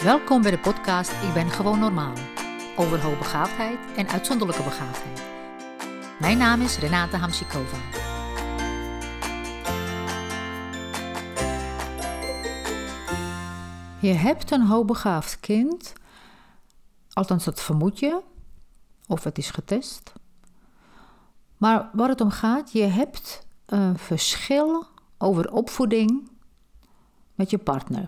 Welkom bij de podcast Ik ben gewoon normaal. Over hoogbegaafdheid en uitzonderlijke begaafdheid. Mijn naam is Renate Hamsikova. Je hebt een hoogbegaafd kind, althans dat vermoed je, of het is getest. Maar waar het om gaat, je hebt een verschil over opvoeding met je partner.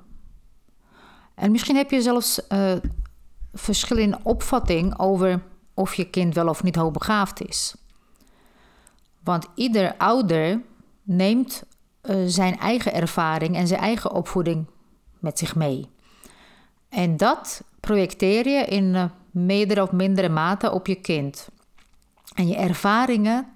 En misschien heb je zelfs verschil in opvatting over of je kind wel of niet hoogbegaafd is. Want ieder ouder neemt zijn eigen ervaring en zijn eigen opvoeding met zich mee. En dat projecteer je in meerdere of mindere mate op je kind. En je ervaringen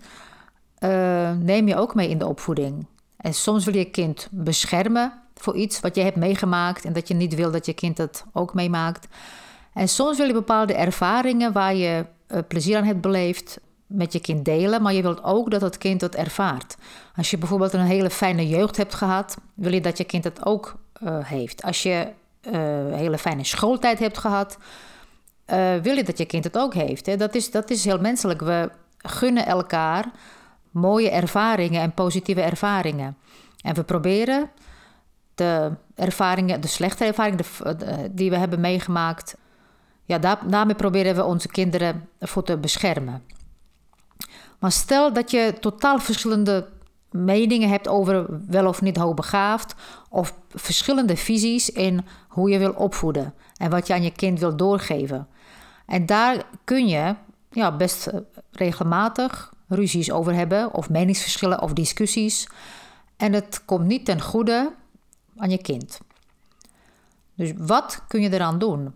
neem je ook mee in de opvoeding. En soms wil je kind beschermen voor iets wat je hebt meegemaakt en dat je niet wil dat je kind dat ook meemaakt. En soms wil je bepaalde ervaringen waar je plezier aan hebt beleefd met je kind delen, maar je wilt ook dat het kind dat ervaart. Als je bijvoorbeeld een hele fijne jeugd hebt gehad, wil je dat je kind dat ook heeft. Als je een hele fijne schooltijd hebt gehad, wil je dat je kind het ook heeft. Hè? Dat is heel menselijk. We gunnen elkaar mooie ervaringen en positieve ervaringen. En we proberen de ervaringen, de slechte ervaringen die we hebben meegemaakt, daarmee proberen we onze kinderen voor te beschermen. Maar stel dat je totaal verschillende meningen hebt over wel of niet hoogbegaafd, of verschillende visies in hoe je wil opvoeden en wat je aan je kind wil doorgeven. En daar kun je best regelmatig ruzies over hebben, of meningsverschillen of discussies. En het komt niet ten goede aan je kind. Dus wat kun je eraan doen?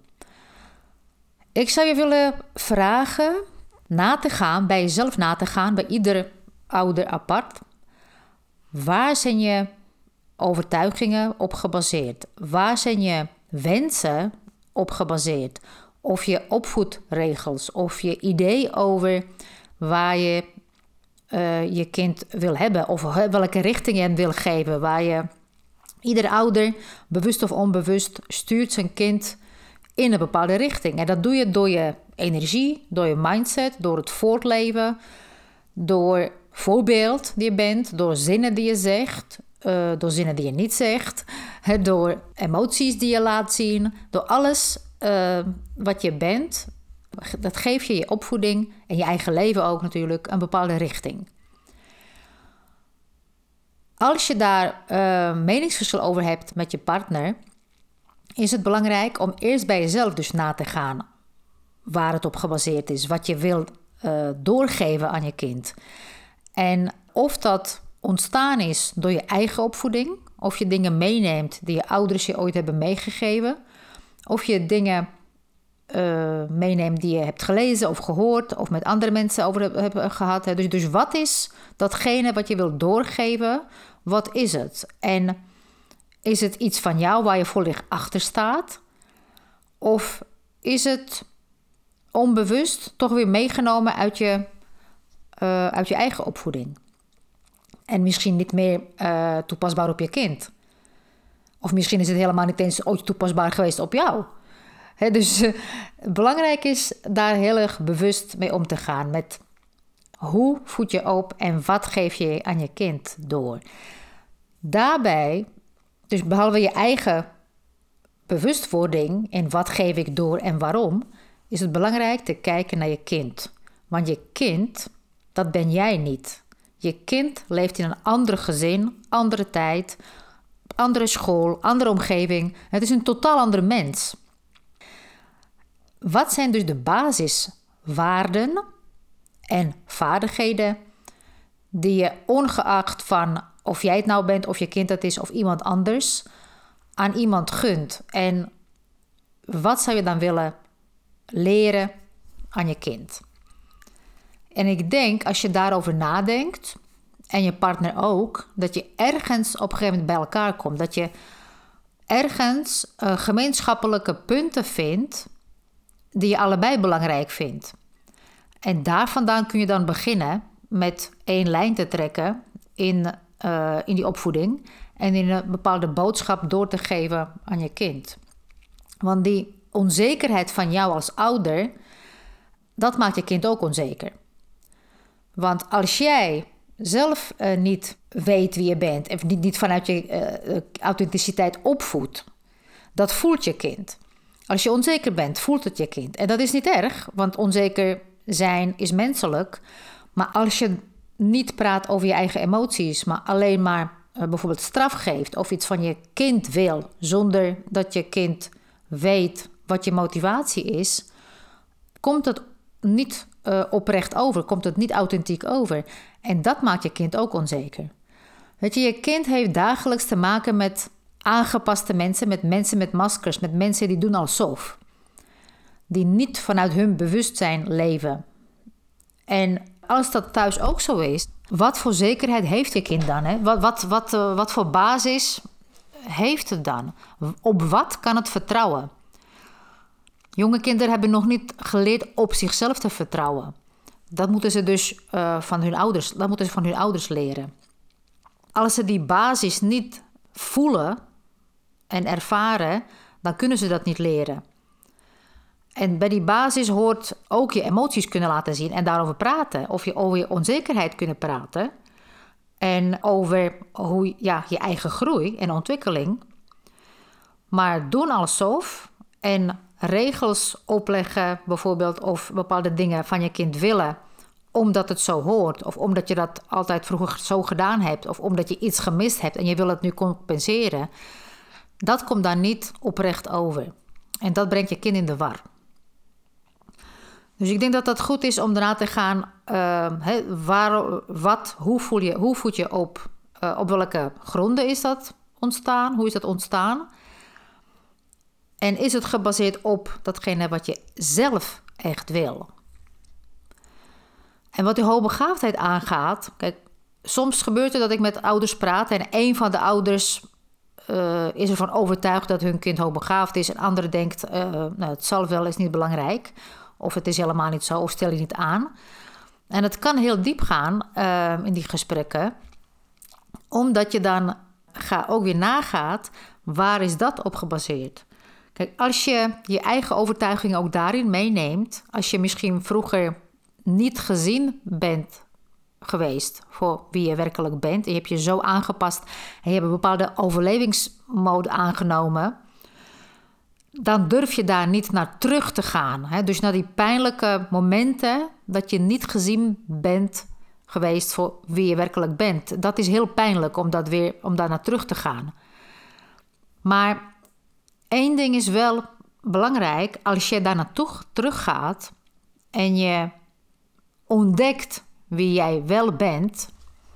Ik zou je willen vragen bij jezelf na te gaan, bij ieder ouder apart. Waar zijn je overtuigingen op gebaseerd? Waar zijn je wensen op gebaseerd? Of je opvoedregels, of je idee over waar je je kind wil hebben, of welke richting je hem wil geven, waar je ieder ouder, bewust of onbewust, stuurt zijn kind in een bepaalde richting. En dat doe je door je energie, door je mindset, door het voortleven, door voorbeeld die je bent, door zinnen die je zegt, door zinnen die je niet zegt, door emoties die je laat zien, door alles wat je bent. Dat geeft je opvoeding en je eigen leven ook natuurlijk een bepaalde richting. Als je daar meningsverschil over hebt met je partner, is het belangrijk om eerst bij jezelf dus na te gaan waar het op gebaseerd is, wat je wil doorgeven aan je kind. En of dat ontstaan is door je eigen opvoeding, of je dingen meeneemt die je ouders je ooit hebben meegegeven, of je dingen meeneemt die je hebt gelezen of gehoord of met andere mensen over hebben gehad. Dus wat is datgene wat je wilt doorgeven? Wat is het? En is het iets van jou waar je volledig achter staat? Of is het onbewust toch weer meegenomen uit je eigen opvoeding? En misschien niet meer toepasbaar op je kind. Of misschien is het helemaal niet eens ooit toepasbaar geweest op jou. Dus belangrijk is daar heel erg bewust mee om te gaan. Met hoe voed je op en wat geef je aan je kind door. Daarbij, dus behalve je eigen bewustwording in wat geef ik door en waarom, is het belangrijk te kijken naar je kind. Want je kind, dat ben jij niet. Je kind leeft in een ander gezin, andere tijd, andere school, andere omgeving. Het is een totaal andere mens. Wat zijn dus de basiswaarden en vaardigheden die je ongeacht van of jij het nou bent of je kind dat is of iemand anders aan iemand gunt? En wat zou je dan willen leren aan je kind? En ik denk, als je daarover nadenkt, en je partner ook, dat je ergens op een gegeven moment bij elkaar komt. Dat je ergens gemeenschappelijke punten vindt die je allebei belangrijk vindt. En daar vandaan kun je dan beginnen met één lijn te trekken in die opvoeding en in een bepaalde boodschap door te geven aan je kind. Want die onzekerheid van jou als ouder, dat maakt je kind ook onzeker. Want als jij zelf niet weet wie je bent en niet vanuit je authenticiteit opvoedt, dat voelt je kind. Als je onzeker bent, voelt het je kind. En dat is niet erg, want onzeker zijn is menselijk. Maar als je niet praat over je eigen emoties, maar alleen maar bijvoorbeeld straf geeft of iets van je kind wil, zonder dat je kind weet wat je motivatie is, komt het niet oprecht over, komt het niet authentiek over. En dat maakt je kind ook onzeker. Weet je, je kind heeft dagelijks te maken met aangepaste mensen met maskers, met mensen die doen alsof. Die niet vanuit hun bewustzijn leven. En als dat thuis ook zo is, wat voor zekerheid heeft je kind dan? Hè? Wat voor basis heeft het dan? Op wat kan het vertrouwen? Jonge kinderen hebben nog niet geleerd op zichzelf te vertrouwen. Dat moeten ze dus van hun ouders leren. Als ze die basis niet voelen en ervaren, dan kunnen ze dat niet leren. En bij die basis hoort ook je emoties kunnen laten zien en daarover praten. Of je over je onzekerheid kunnen praten. En over je eigen groei en ontwikkeling. Maar doen alsof en regels opleggen bijvoorbeeld of bepaalde dingen van je kind willen omdat het zo hoort of omdat je dat altijd vroeger zo gedaan hebt of omdat je iets gemist hebt en je wil het nu compenseren, dat komt dan niet oprecht over. En dat brengt je kind in de war. Dus ik denk dat het goed is om daarna te gaan, hoe voed je op? Op welke gronden is dat ontstaan? Hoe is dat ontstaan? En is het gebaseerd op datgene wat je zelf echt wil? En wat die hoogbegaafdheid aangaat, kijk, soms gebeurt het dat ik met ouders praat en een van de ouders is ervan overtuigd dat hun kind hoogbegaafd is en de andere denkt, het zal wel, is niet belangrijk. Of het is helemaal niet zo, of stel je niet aan. En het kan heel diep gaan in die gesprekken, omdat je dan ook weer nagaat, waar is dat op gebaseerd? Kijk, als je je eigen overtuiging ook daarin meeneemt, als je misschien vroeger niet gezien bent geweest voor wie je werkelijk bent, en je hebt je zo aangepast en je hebt een bepaalde overlevingsmode aangenomen, dan durf je daar niet naar terug te gaan. Hè? Dus naar die pijnlijke momenten dat je niet gezien bent geweest voor wie je werkelijk bent. Dat is heel pijnlijk om daar naar terug te gaan. Maar één ding is wel belangrijk, als je daar naartoe teruggaat en je ontdekt wie jij wel bent,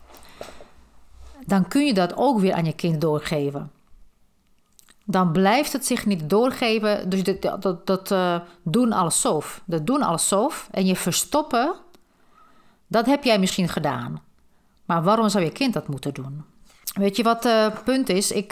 dan kun je dat ook weer aan je kind doorgeven. Dan blijft het zich niet doorgeven, dus dat doen alsof. Dat doen alsof en je verstoppen, dat heb jij misschien gedaan. Maar waarom zou je kind dat moeten doen? Weet je wat het punt is? Ik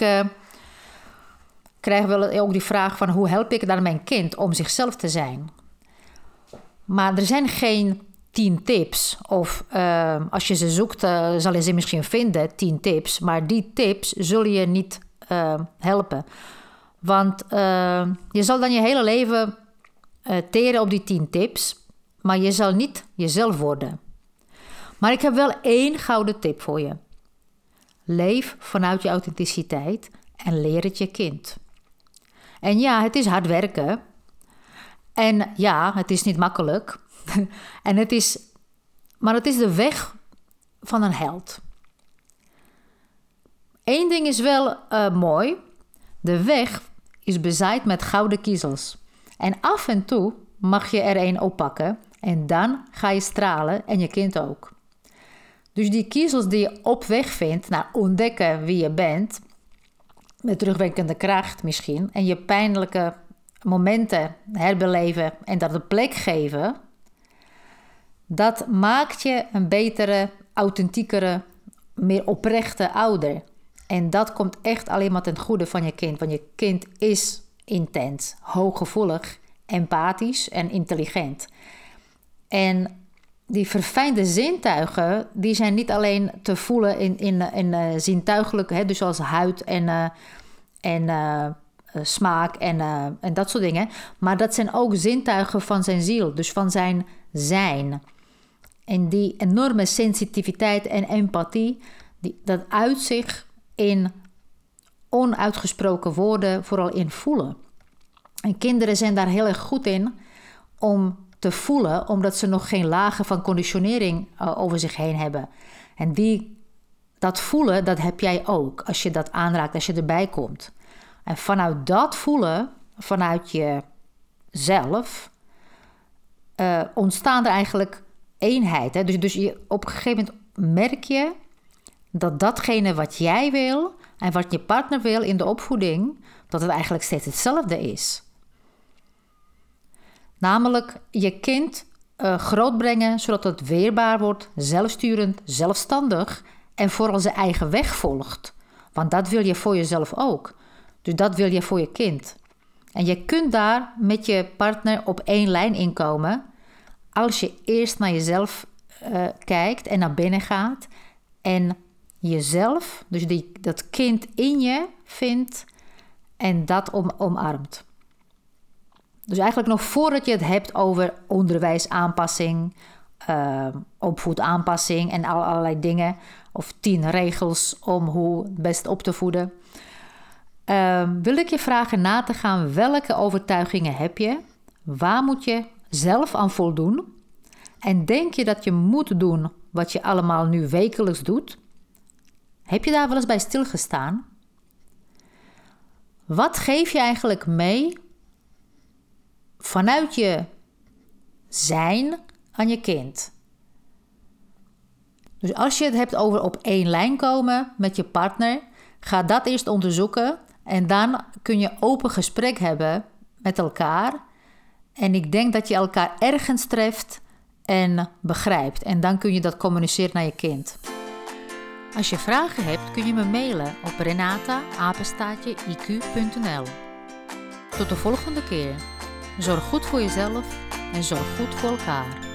krijg wel ook die vraag van hoe help ik dan mijn kind om zichzelf te zijn? Maar er zijn geen 10 tips. Of als je ze zoekt, zal je ze misschien vinden, 10 tips. Maar die tips zullen je niet helpen. Want je zal dan je hele leven teren op die 10 tips. Maar je zal niet jezelf worden. Maar ik heb wel 1 gouden tip voor je. Leef vanuit je authenticiteit en leer het je kind. En ja, het is hard werken. En ja, het is niet makkelijk. Maar het is de weg van een held. Eén ding is wel mooi. De weg is bezaaid met gouden kiezels. En af en toe mag je er 1 oppakken. En dan ga je stralen en je kind ook. Dus die kiezels die je op weg vindt naar ontdekken wie je bent, met terugwerkende kracht misschien, en je pijnlijke momenten herbeleven en dat een plek geven, dat maakt je een betere, authentiekere, meer oprechte ouder. En dat komt echt alleen maar ten goede van je kind. Want je kind is intens, hooggevoelig, empathisch en intelligent. En die verfijnde zintuigen, die zijn niet alleen te voelen in zintuigelijk, dus zoals huid en smaak en dat soort dingen. Maar dat zijn ook zintuigen van zijn ziel, dus van zijn zijn. En die enorme sensitiviteit en empathie, dat uit zich in onuitgesproken woorden, vooral in voelen. En kinderen zijn daar heel erg goed in om te voelen, omdat ze nog geen lagen van conditionering over zich heen hebben. En dat voelen, dat heb jij ook als je dat aanraakt, als je erbij komt. En vanuit dat voelen, vanuit jezelf, ontstaan er eigenlijk eenheid. Hè? Dus op een gegeven moment merk je dat datgene wat jij wil en wat je partner wil in de opvoeding, dat het eigenlijk steeds hetzelfde is. Namelijk je kind grootbrengen zodat het weerbaar wordt, zelfsturend, zelfstandig en vooral zijn eigen weg volgt. Want dat wil je voor jezelf ook. Dus dat wil je voor je kind. En je kunt daar met je partner op één lijn inkomen als je eerst naar jezelf kijkt en naar binnen gaat en jezelf, dus dat kind in je vindt en dat omarmt. Dus eigenlijk nog voordat je het hebt over onderwijsaanpassing, opvoedaanpassing en allerlei dingen, of 10 regels om hoe het best op te voeden, wil ik je vragen na te gaan welke overtuigingen heb je, waar moet je zelf aan voldoen en denk je dat je moet doen wat je allemaal nu wekelijks doet? Heb je daar wel eens bij stilgestaan? Wat geef je eigenlijk mee vanuit je zijn aan je kind? Dus als je het hebt over op één lijn komen met je partner, ga dat eerst onderzoeken en dan kun je open gesprek hebben met elkaar. En ik denk dat je elkaar ergens treft en begrijpt. En dan kun je dat communiceren naar je kind. Als je vragen hebt, kun je me mailen op renata@iq.nl. Tot de volgende keer. Zorg goed voor jezelf en zorg goed voor elkaar.